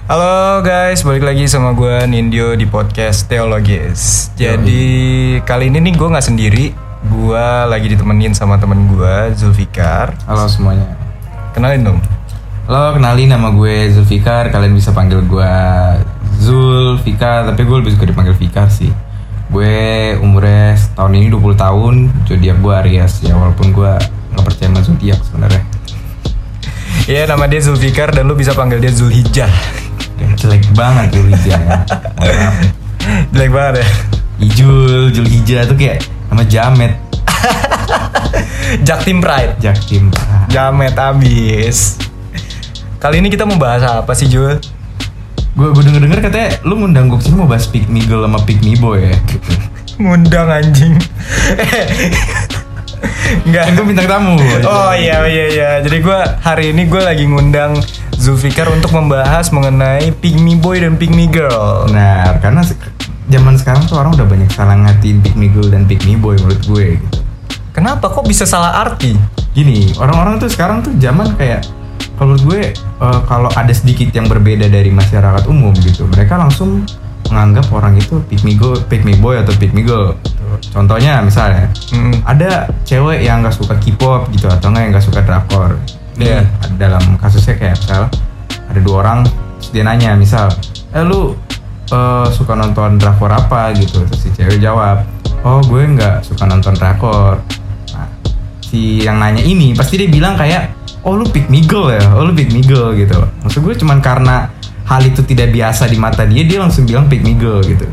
Halo guys, balik lagi sama gue Nindyo di podcast Teologis. Jadi kali ini nih gue gak sendiri. Gue lagi ditemenin sama temen gue, Zulfikar. Halo semuanya. Kenalin dong. Halo, kenalin nama gue Zulfikar. Kalian bisa panggil gue Zulfikar, tapi gue lebih suka dipanggil Fikar sih. Gue umurnya tahun ini 20 tahun. Zodiak gue Aries ya, walaupun gue gak percaya sama zodiak sebenarnya. Iya, nama dia Zulfikar dan lu bisa panggil dia Zulhijjah. Jelek banget Zulhijjah ya. Jelek banget ya. Zulhijjah tuh kayak nama jamet. Jaktim Pride. Jaktim. Jamet abis. Kali ini kita mau bahas apa sih, Jul? Gue denger katanya lu ngundang gue kesini mau bahas Pick Me Girl sama Pick Me Boy ya. Ngundang anjing. Enggak, itu bintang tamu. Oh iya. Jadi hari ini gue lagi ngundang Zulfikar untuk membahas mengenai Pick Me Boy dan Pick Me Girl. Nah, karena zaman sekarang tuh orang udah banyak salah ngatiin Pick Me Girl dan Pick Me Boy menurut gue gitu. Kenapa kok bisa salah arti? Gini, orang-orang tuh sekarang tuh zaman kayak kalau menurut gue kalau ada sedikit yang berbeda dari masyarakat umum gitu, mereka langsung menganggap orang itu Pick Me Boy atau Pick Me Girl. Contohnya misalnya ada cewek yang nggak suka K-pop gitu atau nggak yang nggak suka drakor. Iya. Dalam kasusnya kayak misal ada dua orang terus dia nanya misal, lu suka nonton drakor apa gitu, terus si cewek jawab, oh gue nggak suka nonton drakor. Nah, si yang nanya ini pasti dia bilang kayak, oh lu Pick Me Girl ya, oh lu Pick Me Girl gitu. Maksud gue cuman karena hal itu tidak biasa di mata dia langsung bilang Pick Me Girl gitu.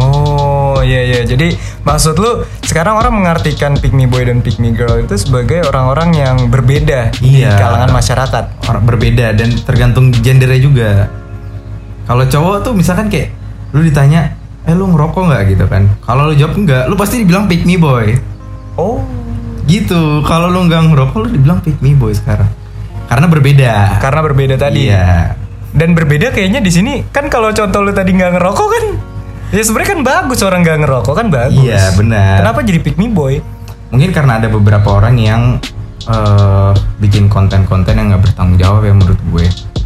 Oh iya. Jadi maksud lu sekarang orang mengartikan Pick Me Boy dan Pick Me Girl itu sebagai orang-orang yang berbeda di kalangan masyarakat. Orang berbeda dan tergantung gendernya juga. Kalau cowok tuh misalkan kayak lu ditanya, lu ngerokok nggak gitu kan? Kalau lu jawab enggak, lu pasti dibilang Pick Me Boy. Oh gitu. Kalau lu nggak ngerokok, lu dibilang Pick Me Boy sekarang. Karena berbeda tadi. Iya. Dan berbeda kayaknya di sini kan kalau contoh lu tadi nggak ngerokok kan? Ya sebenarnya kan bagus orang nggak ngerokok kan bagus. Iya benar. Kenapa jadi Pick Me Boy? Mungkin karena ada beberapa orang yang bikin konten-konten yang nggak bertanggung jawab ya menurut gue.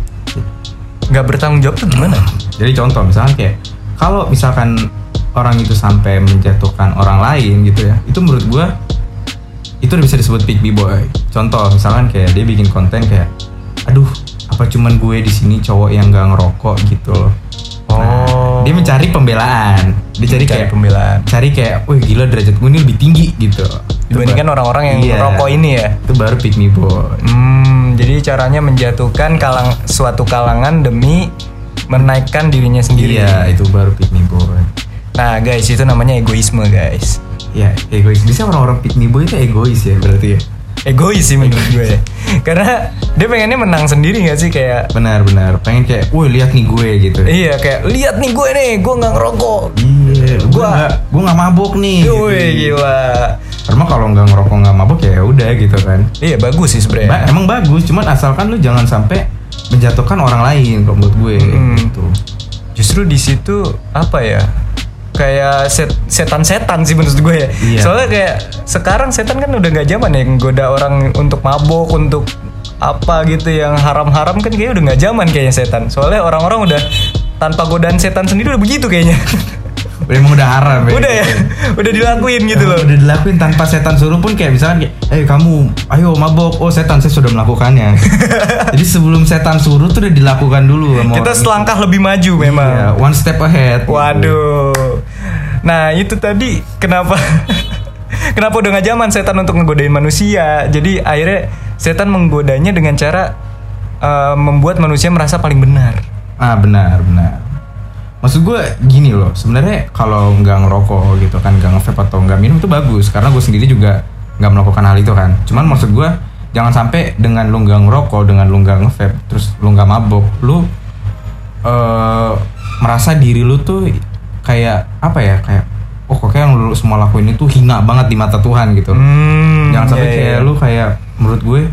Nggak bertanggung jawab tuh gimana? Jadi contoh misalnya kayak kalau misalkan orang itu sampai menjatuhkan orang lain gitu ya, itu menurut gue itu udah bisa disebut Pick Me Boy. Contoh misalkan kayak dia bikin konten kayak, aduh apa cuman gue di sini cowok yang nggak ngerokok gitu loh. Nah, dia mencari pembelaan. Cari kayak, wih gila derajat gue ini lebih tinggi gitu. Dibandingkan orang-orang yang ngerokok ini ya. Itu baru Pick Me Boy. Jadi caranya menjatuhkan suatu kalangan demi menaikkan dirinya sendiri. Iya, itu baru Pick Me Boy. Nah guys, itu namanya egoisme guys. Ya, egois. Bisa orang-orang Pick Me Boy itu egois ya berarti ya. Egois sih menurut gue. Karena dia pengennya menang sendiri gak sih kayak. Benar. Pengen kayak, woi lihat nih gue gitu. Iya kayak, lihat nih gue nggak ngerokok. Iya, gue nggak mabuk nih. Woi gitu. Gila. Karena kalau nggak ngerokok nggak mabuk ya udah gitu kan. Iya bagus sih sebenarnya. Emang bagus, cuman asalkan lu jangan sampai menjatuhkan orang lain kalau menurut gue. Gitu. Justru di situ apa ya? Kayak setan-setan sih menurut gue ya. Iya. Soalnya kayak sekarang setan kan udah nggak zaman ya nggoda orang untuk mabuk, untuk apa gitu yang haram-haram kan kayaknya udah nggak zaman kayaknya setan. Soalnya orang-orang udah tanpa godaan setan sendiri udah begitu kayaknya. Emang udah haram ya. Udah ya, udah dilakuin gitu loh. Udah dilakuin tanpa setan suruh pun kayak misalkan kayak, kamu ayo mabok, oh setan saya sudah melakukannya. Jadi sebelum setan suruh tuh udah dilakukan dulu. Kita selangkah lebih maju memang. Iya, one step ahead. Waduh. Gitu. Nah itu tadi kenapa udah gak zaman setan untuk ngegodain manusia. Jadi akhirnya setan menggodanya dengan cara membuat manusia merasa paling benar. Benar. Maksud gue gini loh, sebenarnya kalau nggak ngerokok gitu kan, nggak nge-vape atau nggak minum itu bagus, karena gue sendiri juga nggak melakukan hal itu kan. Cuman maksud gue jangan sampai dengan lu nggak ngerokok, dengan lu nggak nge-vape, terus lu nggak mabok, lu merasa diri lu tuh kayak apa ya, kayak oh kok kayak yang lu semua lakuin itu hina banget di mata Tuhan gitu. Jangan sampai kayak lu kayak menurut gue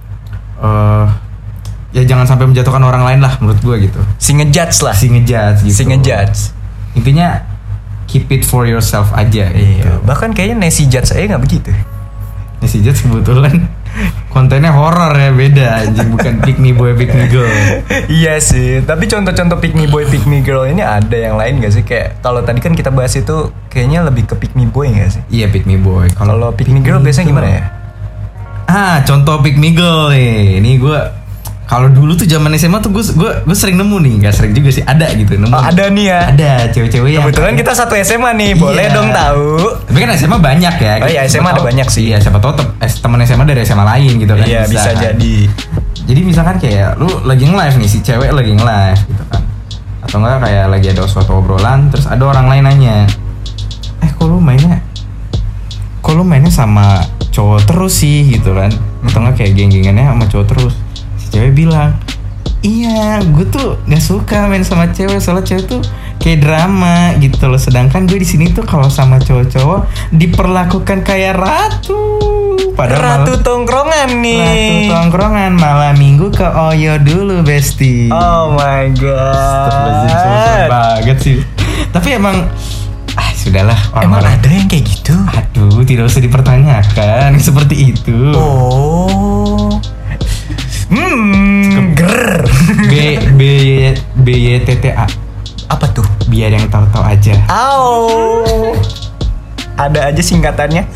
ya jangan sampai menjatuhkan orang lain lah menurut gue gitu. Si ngejudge gitu. Intinya keep it for yourself aja gitu. Iya. Bahkan kayaknya Nancy Judge aja nggak begitu. Nancy Judge kebetulan kontennya horor ya, beda anjing, bukan pick me boy pick me girl. Iya sih, tapi contoh-contoh pick me boy pick me girl ini ada yang lain gak sih? Kayak kalau tadi kan kita bahas itu kayaknya lebih ke pick me boy gak sih? Iya, pick me boy. Kalau pick me girl biasanya gimana ya? Contoh pick me girl nih. Ini gue kalau dulu tuh zaman SMA tuh gue sering nemu nih, nggak sering juga sih, ada gitu nemu. Ada nih ya. Ada cewek-cewek yang kebetulan kita satu SMA nih, boleh dong tahu. Tapi kan SMA banyak ya. Oh iya, SMA ada banyak sih. Iya, siapa tahu teman SMA dari SMA lain gitu kan. Iya, bisa jadi. Jadi misalkan kayak lu lagi nge-live nih, si cewek lagi nge-live gitu kan. Atau enggak kayak lagi ada suatu obrolan, terus ada orang lain nanya, kok lu mainnya sama cowok terus sih gitu kan. Atau enggak kayak geng-gengannya sama cowok terus. Cewek bilang, iya gue tuh gak suka main sama cewek, soalnya cewek tuh kayak drama gitu loh, sedangkan gue di sini tuh kalau sama cowok-cowok diperlakukan kayak ratu. Padahal ratu tongkrongan nih. Ratu tongkrongan, malam minggu ke Oyo dulu besti. Oh my god. Susah banget sih. Tapi emang sudahlah, emang ada yang kayak gitu. Aduh, tidak usah dipertanyakan seperti itu. Oh. Ger. BYTTA. Apa tuh? Biar yang tahu-tahu aja. Ada aja singkatannya.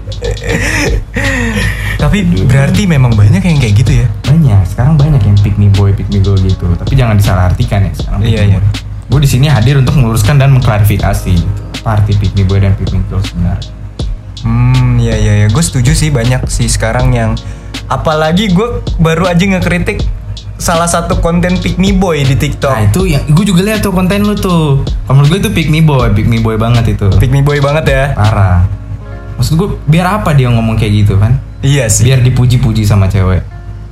Tapi berarti memang banyak yang kayak gitu ya? Banyak. Sekarang banyak yang pick me boy, pick me girl gitu. Tapi jangan disalahartikan ya sekarang. Iya. Gue di sini hadir untuk meluruskan dan mengklarifikasi apa arti pick me boy dan pick me girl sebenarnya. Iya. Gue setuju sih, banyak sih sekarang yang, apalagi gue baru aja ngekritik salah satu konten pick me boy di TikTok. Nah itu yang gue juga lihat tuh konten lu tuh. Menurut gue itu pick me boy banget itu. Pick me boy banget ya. Parah. Maksud gue biar apa dia ngomong kayak gitu kan? Iya sih. Biar dipuji-puji sama cewek.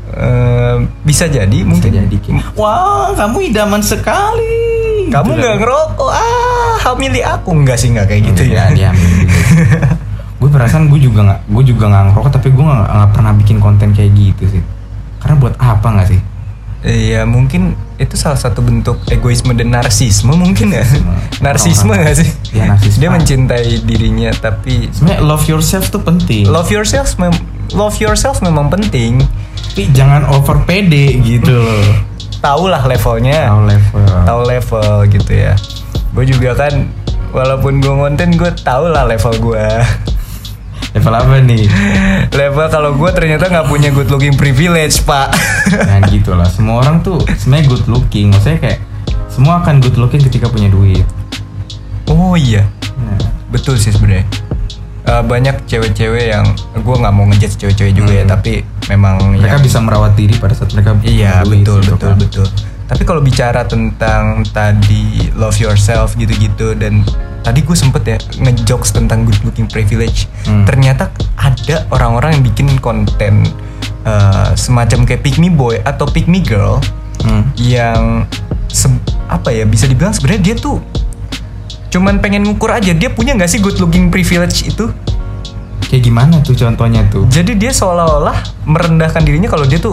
Bisa jadi bisa mungkin. Jadi kayak, wah kamu idaman sekali. Kamu nggak gitu ngerokok. Hamili aku nggak kayak gitu ya. Dia gue perasaan gue juga nggak ngerokok, tapi gue nggak pernah bikin konten kayak gitu sih. Karena buat apa nggak sih? Iya, mungkin itu salah satu bentuk egoisme dan narsisme mungkin ya. Narsisme nggak sih? Ya, narsisme. Dia mencintai dirinya, tapi sebenarnya love yourself tuh penting. Love yourself memang penting. Tapi jangan over pede gitu loh. Tahu lah levelnya. Tahu level gitu ya. Gue juga kan, walaupun gue konten, gue tahu lah level gue. Level apa nih? Level kalau gue ternyata nggak punya good looking privilege, Pak. Nah gitu lah. Semua orang tuh sebenarnya good looking. Maksudnya kayak semua akan good looking ketika punya duit. Oh iya. Betul sih sebenarnya. Banyak cewek-cewek yang, gue nggak mau ngejudge cewek-cewek juga ya, tapi memang mereka bisa merawat diri pada saat mereka iya duit, betul. Tapi kalau bicara tentang tadi love yourself gitu-gitu, dan tadi gue sempet ya ngejokes tentang good looking privilege. Ternyata ada orang-orang yang bikin konten semacam kayak pick me boy atau pick me girl yang bisa dibilang sebenarnya dia tuh cuman pengen ngukur aja dia punya nggak sih good looking privilege itu. Kayak gimana tuh contohnya tuh? Jadi dia seolah-olah merendahkan dirinya kalau dia tuh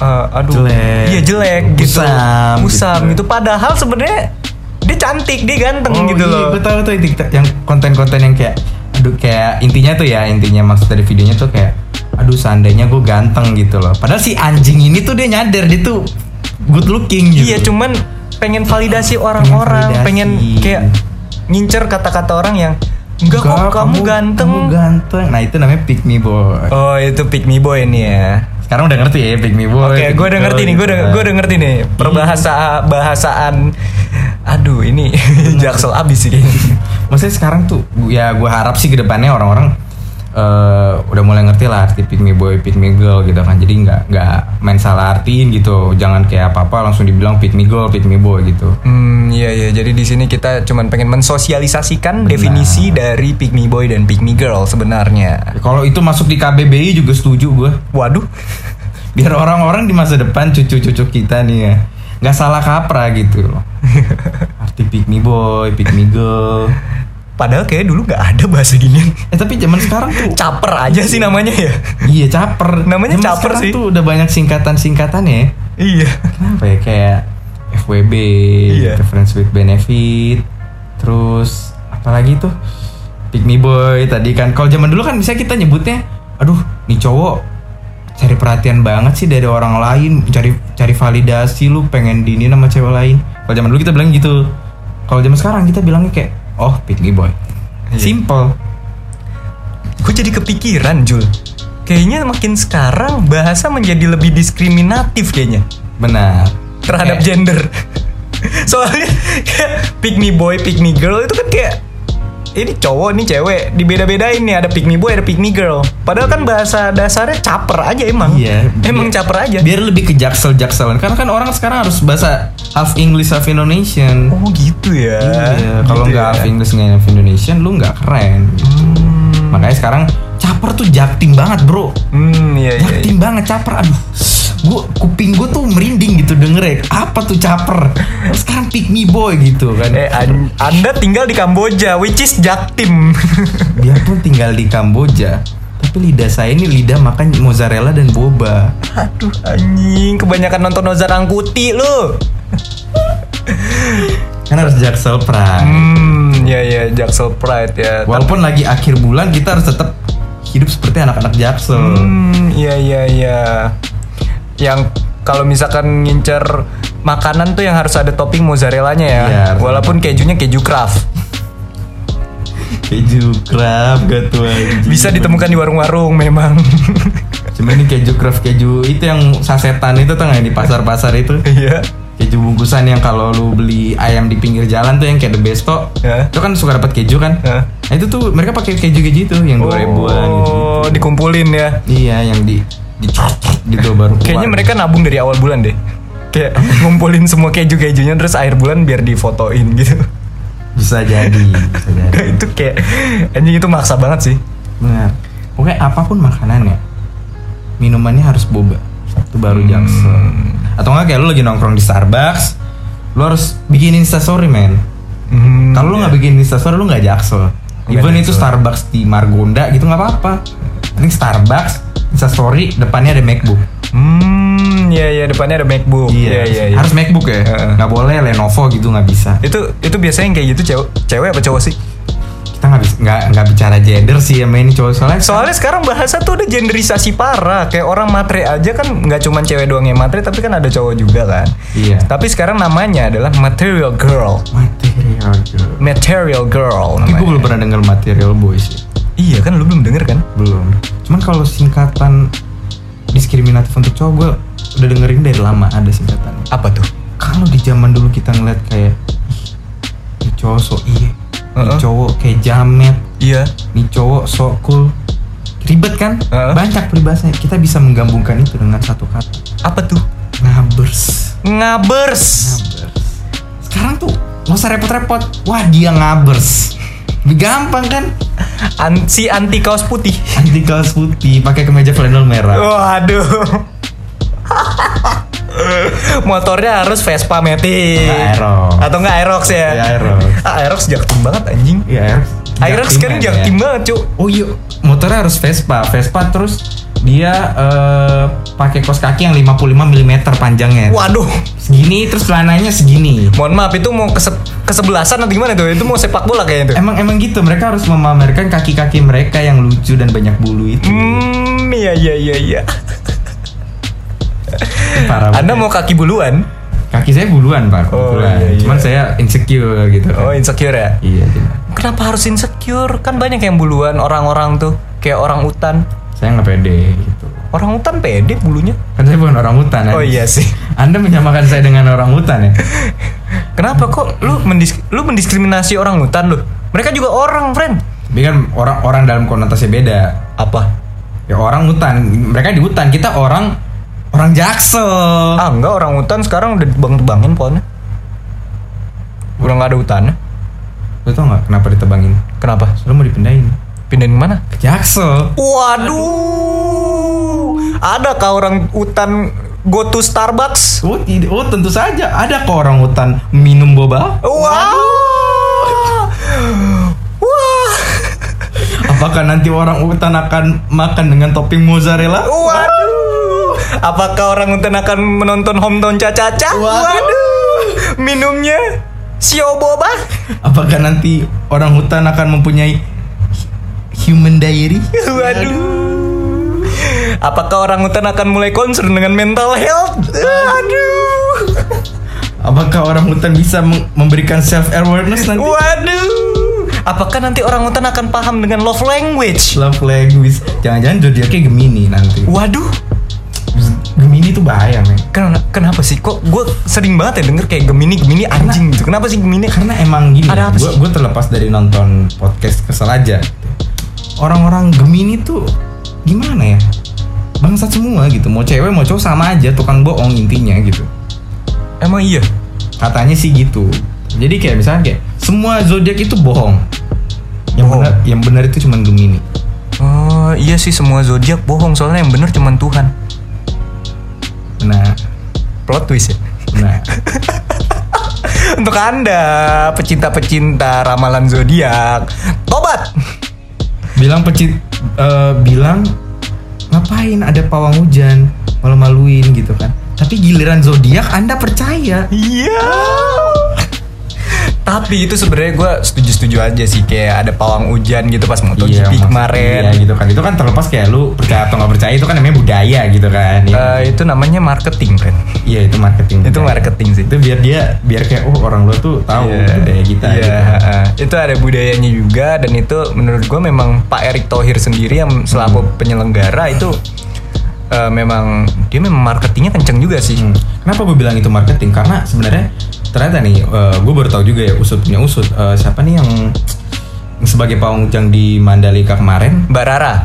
jelek gitu, usam gitu. Padahal sebenarnya dia cantik, dia ganteng gitu loh. Gue tahu tuh yang konten-konten yang kayak, kayak intinya maksud dari videonya tuh kayak, seandainya gue ganteng gitu loh. Padahal si anjing ini tuh dia nyadar dia tuh good looking gitu. Iya, cuman pengen validasi orang-orang, pengen kayak ngincer kata-kata orang yang enggak kok kamu ganteng. Nah itu namanya pick me boy. Oh itu pick me boy ini ya. Sekarang udah ngerti ya pick me boy. Oke, gue udah ngerti nih, gue udah ngerti nih bahasaan. Aduh ini jaksel abis sih kayaknya. Maksudnya sekarang tuh ya gue harap sih kedepannya orang-orang udah mulai ngerti lah arti pick me boy, pick me girl gitu kan. Jadi nggak main salah artiin gitu. Jangan kayak apa-apa langsung dibilang pick me girl, pick me boy gitu. Iya. Jadi di sini kita cuman pengen mensosialisasikan definisi dari pick me boy dan pick me girl sebenarnya. Kalau itu masuk di KBBI juga setuju gue. Waduh. Biar orang-orang di masa depan cucu-cucu kita nih ya nggak salah kaprah gitu loh. Arti pick me boy, pick me girl. Padahal kayak dulu nggak ada bahasa ginian. Tapi zaman sekarang tuh caper aja sih namanya ya. Iya caper. Namanya zaman caper sih. Tuh udah banyak singkatan-singkatannya. Iya. Kenapa ya kayak FWB, gitu, friends with benefit. Terus apalagi tuh pick me boy tadi kan. Kalau zaman dulu kan bisa kita nyebutnya, aduh nih cowok cari perhatian banget sih dari orang lain, cari validasi, lu pengen dini sama cewek lain. Kalau zaman dulu kita bilang gitu. Kalau zaman sekarang kita bilangnya kayak, oh pick me boy. Simple. Gue jadi kepikiran Jul. Kayaknya makin sekarang bahasa menjadi lebih diskriminatif kayaknya. Benar. Terhadap gender. Soalnya kayak pick me boy, pick me girl itu kan kayak ini cowok, ini cewek, dibeda-bedain nih, ada pick me boy, ada pick me girl. Padahal kan bahasa dasarnya caper aja emang. Iya. Emang caper aja. Biar lebih ke jaksel-jakselan. Karena kan orang sekarang harus bahasa half English, half Indonesian. Oh gitu ya. Iya. Kalau gitu nggak half English, nggak half Indonesian, lu nggak keren. Gitu. Makanya sekarang caper tuh jaktim banget bro. Iya. Jaktim banget caper. Aduh. Kuping gue tuh merinding gitu denger ya. Apa tuh caper? Sekarang pick me boy gitu kan. Anda tinggal di Kamboja, which is jaktim. Dia pun tinggal di Kamboja, tapi lidah saya ini lidah makan mozzarella dan boba. Aduh anjing, kebanyakan nonton Nozar Angkuti lu. Kan harus Jaksel Pride. Ya Jaksel Pride ya. Walaupun lagi akhir bulan kita harus tetap hidup seperti anak-anak Jaksel. Iya. Yang kalau misalkan ngincer makanan tuh yang harus ada topping mozzarellanya ya. Iya, walaupun kejunya keju Kraft. Keju Kraft gak tuh anjing. Bisa ditemukan di warung-warung memang. Cuma ini keju Kraft, keju itu yang sasetan itu tuh yang di pasar-pasar itu. Iya. Keju bungkusan yang kalau lu beli ayam di pinggir jalan tuh yang kayak The Besto. Itu kan suka dapat keju kan. Nah itu tuh mereka pakai keju-keju itu yang 2000-an gitu. Oh, dikumpulin ya. Iya, yang dicocok gitu baru keluar. Kayaknya mereka nabung dari awal bulan deh. Kayak ngumpulin semua keju-kejunya terus akhir bulan biar difotoin gitu. Bisa jadi. Itu kayak anjing, itu maksa banget sih. Benar. Pokoknya apapun makanannya, minumannya harus boba. Itu baru Jaksel. Atau enggak kayak lu lagi nongkrong di Starbucks, lu harus bikin Instastory men. Kalau lu nggak bikin Instastory lu nggak Jaksel. Even itu Starbucks di Margonda gitu nggak apa-apa. Ini Starbucks Instastory depannya ada MacBook. Iya depannya ada MacBook. Iya. Harus MacBook ya. Nggak boleh Lenovo gitu, nggak bisa. Itu biasanya yang kayak gitu cewek apa cowok sih? Kita nggak bicara gender sih ya ini cowok soalnya sekarang bahasa tuh udah genderisasi parah. Kayak orang matre aja kan nggak cuma cewek doang yang matre, tapi kan ada cowok juga kan. Iya. Tapi sekarang namanya adalah material girl. Material girl. Tapi gue belum pernah denger material boy sih. Iya kan, lu belum denger kan? Belum. Cuman kalau singkatan diskriminatif untuk cowok gue udah dengerin dari lama ada singkatannya. Apa tuh? Kalau di zaman dulu kita ngeliat kayak nih cowok so nih cowok kayak jamet. Iya. Nih cowok so cool. Ribet kan? Banyak peribahasanya. Kita bisa menggabungkan itu dengan satu kata. Apa tuh? Ngabers. Sekarang tuh nggak usah repot-repot. Wah dia ngabers. Lebih gampang kan? Anti kaos putih. Anti kaos putih, pakai kemeja flanel merah. Waduh. Motornya harus Vespa Matic. Atau enggak Aerox ya? Iya Aerox. Aerox jaktim banget anjing. Iya Aerox sekarang jaktim banget, Cuk. Oh iya, motornya harus Vespa terus dia pakai kaos kaki yang 55 mm panjangnya. Waduh. Segini terus celananya segini. Mohon maaf, itu mau kesebelasan atau gimana tuh? Itu mau sepak bola kayaknya tuh. Emang gitu, mereka harus memamerkan kaki-kaki mereka yang lucu dan banyak bulu itu. Iya. Anda mau kaki buluan? Kaki saya buluan Pak. Iya. Cuman saya insecure gitu. Oh insecure ya? Iya. Kenapa harus insecure? Kan banyak yang buluan orang-orang tuh. Kayak orang utan. Saya nggak pede gitu. Orang utan pede bulunya? Kan saya bukan orang utan. Oh iya sih. Anda menyamakan saya dengan orang utan ya? Kenapa kok lu mendiskriminasi orang utan lu? Mereka juga orang, friend. Tapi kan orang dalam konotasi beda. Apa? Ya orang hutan. Mereka di hutan, kita orang Jaksel. Enggak, orang hutan sekarang udah ditebangin pohonnya. Udah nggak ada hutannya. Lu tau nggak kenapa ditebangin? Kenapa? Soalnya mau dipindahin. Pindahin mana? Ke Jaksel. Waduh. Adakah orang hutan go to Starbucks? Oh tentu saja. Ada kok orang hutan minum boba. Wow. Wah. Apakah nanti orang hutan akan makan dengan topping mozzarella? Waduh. Apakah orang hutan akan menonton Hometown Caca-Caca? Waduh. Minumnya Sio boba? Apakah nanti orang hutan akan mempunyai human diary? Waduh. Apakah orangutan akan mulai concern dengan mental health? Aduh. Apakah orangutan bisa memberikan self awareness nanti? Waduh. Apakah nanti orangutan akan paham dengan love language? Love language. Jangan-jangan zodiaknya Gemini nanti. Waduh. Gemini tuh bahaya, men. Kenapa sih? Kok gue sering banget ya denger kayak Gemini anjing gitu. Kenapa sih Gemini? Karena emang gini. Ada apa sih? Gue terlepas dari nonton podcast Kesel Aja. Orang-orang Gemini tuh gimana ya? Bangsat semua gitu. Mau cewek mau cowok sama aja, tukang bohong intinya gitu. Emang iya? Katanya sih gitu. Jadi kayak misalnya kayak semua zodiak itu bohong. Yang benar itu cuma Gemini. Oh iya sih, semua zodiak bohong, soalnya yang benar cuma Tuhan. Nah, plot twist ya. nah. Untuk Anda pecinta-pecinta ramalan zodiak, tobat. Bilang ngapain ada pawang hujan, malu-maluin gitu kan. Tapi giliran zodiak Anda percaya. Iya. Tapi itu sebenarnya gue setuju aja sih, kayak ada pawang hujan gitu pas MotoGP kemarin. Iya gitu kan. Itu kan terlepas kayak lu percaya atau nggak percaya, itu kan namanya budaya gitu kan. Itu namanya marketing kan. Iya, itu marketing. Itu marketing sih. Itu biar kayak orang lu tuh tahu budaya kita. Iya. Gitu. Itu ada budayanya juga, dan itu menurut gue memang Pak Erick Thohir sendiri yang selaku penyelenggara itu memang marketingnya kenceng juga sih. Kenapa gue bilang itu marketing? Karena sebenarnya ternyata nih, gue baru tahu juga ya, punya usut. Siapa nih yang sebagai pawang hujan di Mandalika kemarin? Mbak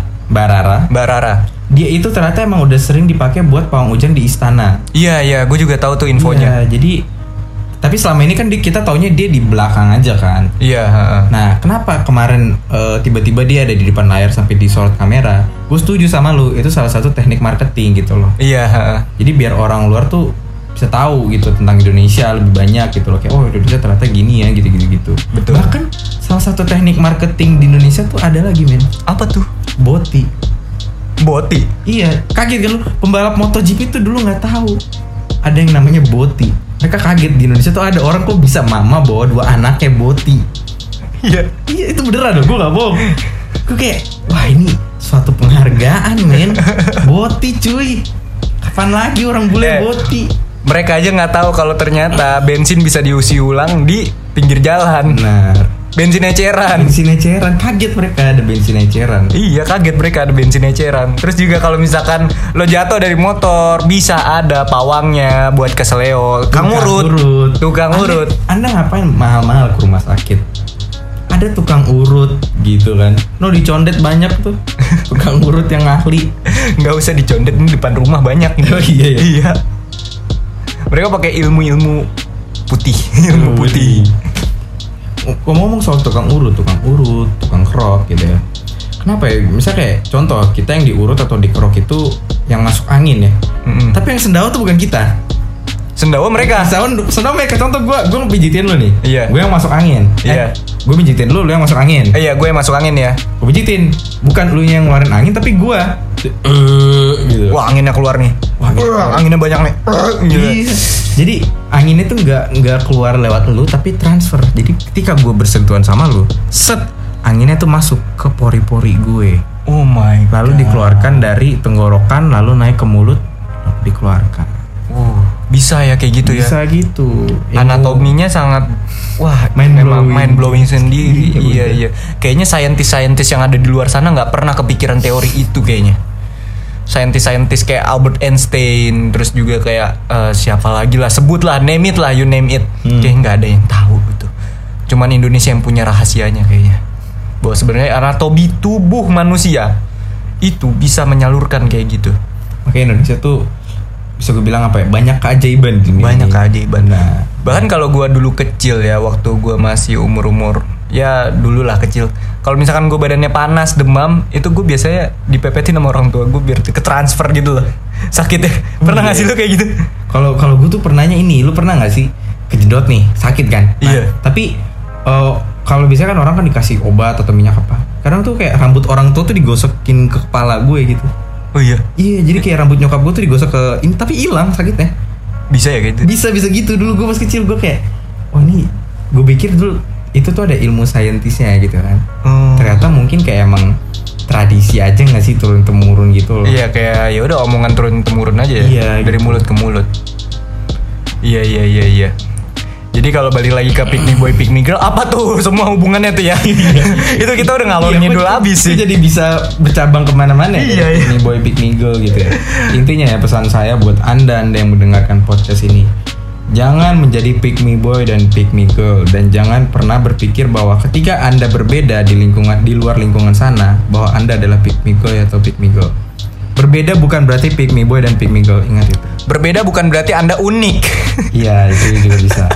Rara. Dia itu ternyata emang udah sering dipakai buat pawang hujan di istana. Iya, gue juga tahu tuh infonya. Iya, jadi tapi selama ini kan kita taunya dia di belakang aja kan. Iya. Nah, kenapa kemarin tiba-tiba dia ada di depan layar sampai disorot kamera? Gue setuju sama lu, itu salah satu teknik marketing gitu loh. Iya. Jadi biar orang luar tuh bisa tahu gitu tentang Indonesia lebih banyak gitu loh, kayak Indonesia ternyata gini ya, gitu. Betul. Bahkan salah satu teknik marketing di Indonesia tuh ada lagi, men. Apa tuh? Boti. Iya, kaget kan lu, pembalap MotoGP tuh dulu nggak tahu ada yang namanya boti. Mereka kaget di Indonesia tuh ada orang kok bisa mama bawa 2 anaknya boti. Iya itu beneran loh, gue nggak bohong. Gue kayak wah ini suatu penghargaan, men. Boti cuy, kapan lagi orang bule boti? Mereka aja nggak tahu kalau ternyata bensin bisa diisi ulang di pinggir jalan. Benar. Bensin eceran. Kaget mereka ada bensin eceran. Iya, kaget mereka ada bensin eceran. Terus juga kalau misalkan lo jatuh dari motor, bisa ada pawangnya buat keseleo. Tukang urut. Anda ngapain mahal-mahal ke rumah sakit? Ada tukang urut gitu kan. No, dicondet banyak tuh. Tukang urut yang ahli. Nggak usah dicondet, di depan rumah banyak. Oh iya. Mereka pakai ilmu putih. Ngomong soal tukang urut, tukang kerok gitu ya. Kenapa ya? Misalnya kayak contoh, kita yang diurut atau dikerok itu yang masuk angin ya. Tapi yang sendawa tuh bukan kita. Sendawa mereka. Contoh gue pijitin lu nih. Iya. Gue yang masuk angin. Iya. Gue pijitin lu yang masuk angin. Iya, gue yang masuk angin ya. Gue pijitin. Bukan lu yang ngeluarin angin, tapi gue. Gitu. Wah, anginnya keluar nih. Anginnya banyak nih. Gitu. Jadi anginnya tuh nggak keluar lewat lu, tapi transfer. Jadi ketika gue bersentuhan sama lu, set, anginnya tuh masuk ke pori-pori gue. Oh my God. Lalu dikeluarkan dari tenggorokan, lalu naik ke mulut, dikeluarkan. Bisa ya kayak gitu ya. Bisa gitu. Anatominya sangat mind blowing sendiri. Iya. Kayaknya saintis yang ada di luar sana nggak pernah kepikiran teori itu kayaknya. Saintis kayak Albert Einstein, terus juga kayak siapa lagi lah, sebutlah, name it lah, you name it. Kayaknya nggak ada yang tahu gitu. Cuman Indonesia yang punya rahasianya kayaknya. Bahwa sebenarnya anatomi tubuh manusia itu bisa menyalurkan kayak gitu. Makanya Indonesia tuh bisa gue bilang apa ya, banyak keajaiban di sini. Banyak keajaiban. Nah, bahkan kalau gue dulu kecil ya, waktu gue masih umur ya dulu lah kecil, kalau misalkan gue badannya panas, demam, itu gue biasanya dipepetin sama orang tua gue biar ke transfer gitu loh. Sakit ya. Pernah nggak sih lu kayak gitu? Kalau gue tuh pernahnya ini, lu pernah nggak sih kejedot nih, sakit kan? Nah, iya. Tapi kalau biasanya kan orang kan dikasih obat atau minyak apa, kadang tuh kayak rambut orang tua tuh digosokin ke kepala gue gitu. Oh iya. Iya, jadi kayak rambut nyokap gue tuh digosok ke ini, tapi hilang sakitnya. Bisa ya gitu? Bisa gitu. Dulu gue pas kecil gue kayak, ini gue pikir dulu itu tuh ada ilmu saintisnya gitu kan. Ternyata mungkin kayak emang tradisi aja nggak sih, turun temurun gitu loh. Iya, kayak ya udah omongan turun temurun aja ya. Iya, dari gitu. mulut ke mulut. Iya. Jadi kalau balik lagi ke Pick Me Boy, Pick Me Girl, apa tuh semua hubungannya tuh ya? Itu kita udah ngalor ngidul abis sih. Jadi bisa bercabang kemana-mana Iya. Pick Me Boy, Pick Me Girl gitu ya. Intinya ya, pesan saya buat anda yang mendengarkan podcast ini, jangan menjadi Pick Me Boy dan Pick Me Girl, dan jangan pernah berpikir bahwa ketika anda berbeda di luar lingkungan sana, bahwa anda adalah Pick Me Boy atau Pick Me Girl. Berbeda bukan berarti Pick Me Boy dan Pick Me Girl, ingat itu. Berbeda bukan berarti Anda unik. Iya, itu juga bisa.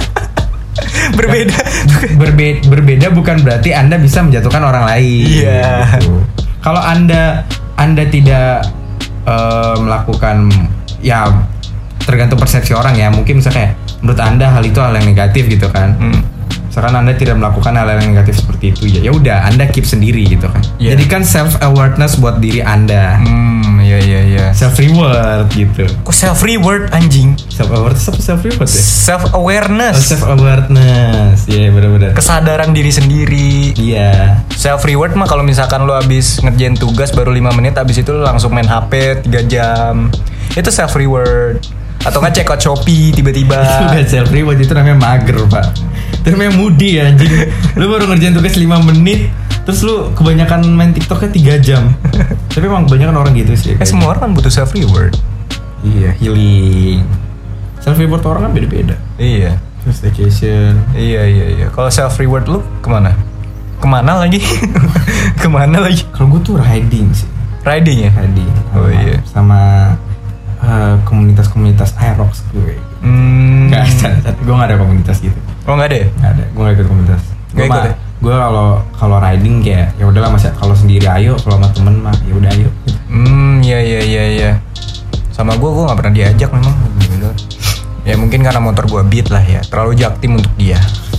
Berbeda bukan berarti Anda bisa menjatuhkan orang lain. Iya. Gitu. Kalau Anda tidak melakukan, ya tergantung persepsi orang ya. Mungkin misalnya kayak menurut Anda hal itu hal yang negatif gitu kan. Misalkan Anda tidak melakukan hal yang negatif seperti itu, ya udah Anda keep sendiri gitu kan. Yeah. Jadi kan self awareness buat diri Anda. Iya. Self reward gitu. Kok self reward anjing? Self awareness apa self reward ya? Self awareness. Self awareness. Iya, benar-benar. Kesadaran diri sendiri. Iya. Self reward mah kalau misalkan lo abis ngerjain tugas baru 5 menit, abis itu lo langsung main HP 3 jam. Itu self reward. Atau nggak check out Shopee tiba-tiba. Itu udah self reward, itu namanya mager, Pak. Itu namanya moody ya, anjing. Lu baru ngerjain tugas 5 menit, terus lu kebanyakan main TikToknya 3 jam. Tapi emang kebanyakan orang gitu sih. Semua orang kan butuh self reward. Iya, healing. Self reward orang kan beda-beda. Iya. Terus vacation. Iya. Kalau self reward lu kemana? Kemana lagi? Kemana lagi? Kalau gue tuh riding sih. Riding ya? Riding. Oh iya. Sama komunitas-komunitas Aerox gue. Gak ada, gue gak ada komunitas gitu. Oh nggak ada ya? Nggak ada, gue gak ikut komunitas. Nggak ikut ya? Gue kalau riding kayak ya udahlah, masih kalau sendiri ayo, kalau sama temen mah ya udah ayo. Iya. Sama gue nggak pernah diajak memang. Ya mungkin karena motor gue Beat lah ya, terlalu jaktim untuk dia.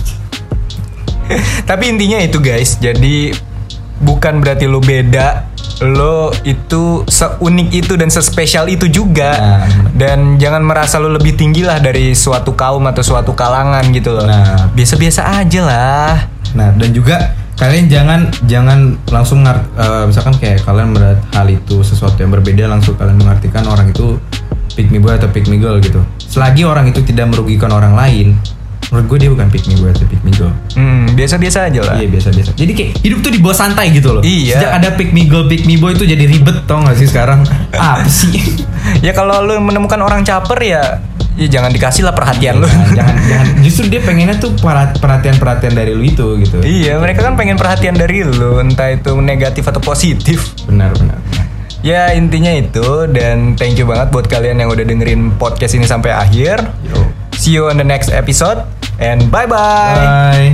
Tapi intinya itu guys, jadi bukan berarti lo beda, lo itu seunik itu dan sespesial itu juga. Dan jangan merasa lo lebih tinggi lah dari suatu kaum atau suatu kalangan gitu loh. Biasa-biasa aja lah. Nah, dan juga kalian jangan langsung misalkan kayak kalian melihat hal itu sesuatu yang berbeda, langsung kalian mengartikan orang itu pick me boy atau pick me girl gitu. Selagi orang itu tidak merugikan orang lain, menurut gue dia bukan pick me boy atau pick me girl. Biasa-biasa aja lah. Iya, biasa-biasa. Jadi kayak hidup tuh dibawa santai gitu loh. Iya. Sejak ada pick me girl, pick me boy itu jadi ribet, tau gak sih sekarang? Apa sih? Ya kalau lu menemukan orang caper ya jangan dikasih lah perhatian lu. Jangan. Justru dia pengennya tuh perhatian dari lu itu gitu. Iya, mereka kan pengen perhatian dari lu, entah itu negatif atau positif. Benar. Ya intinya itu, dan thank you banget buat kalian yang udah dengerin podcast ini sampai akhir. Yo. See you on the next episode and bye-bye. Bye.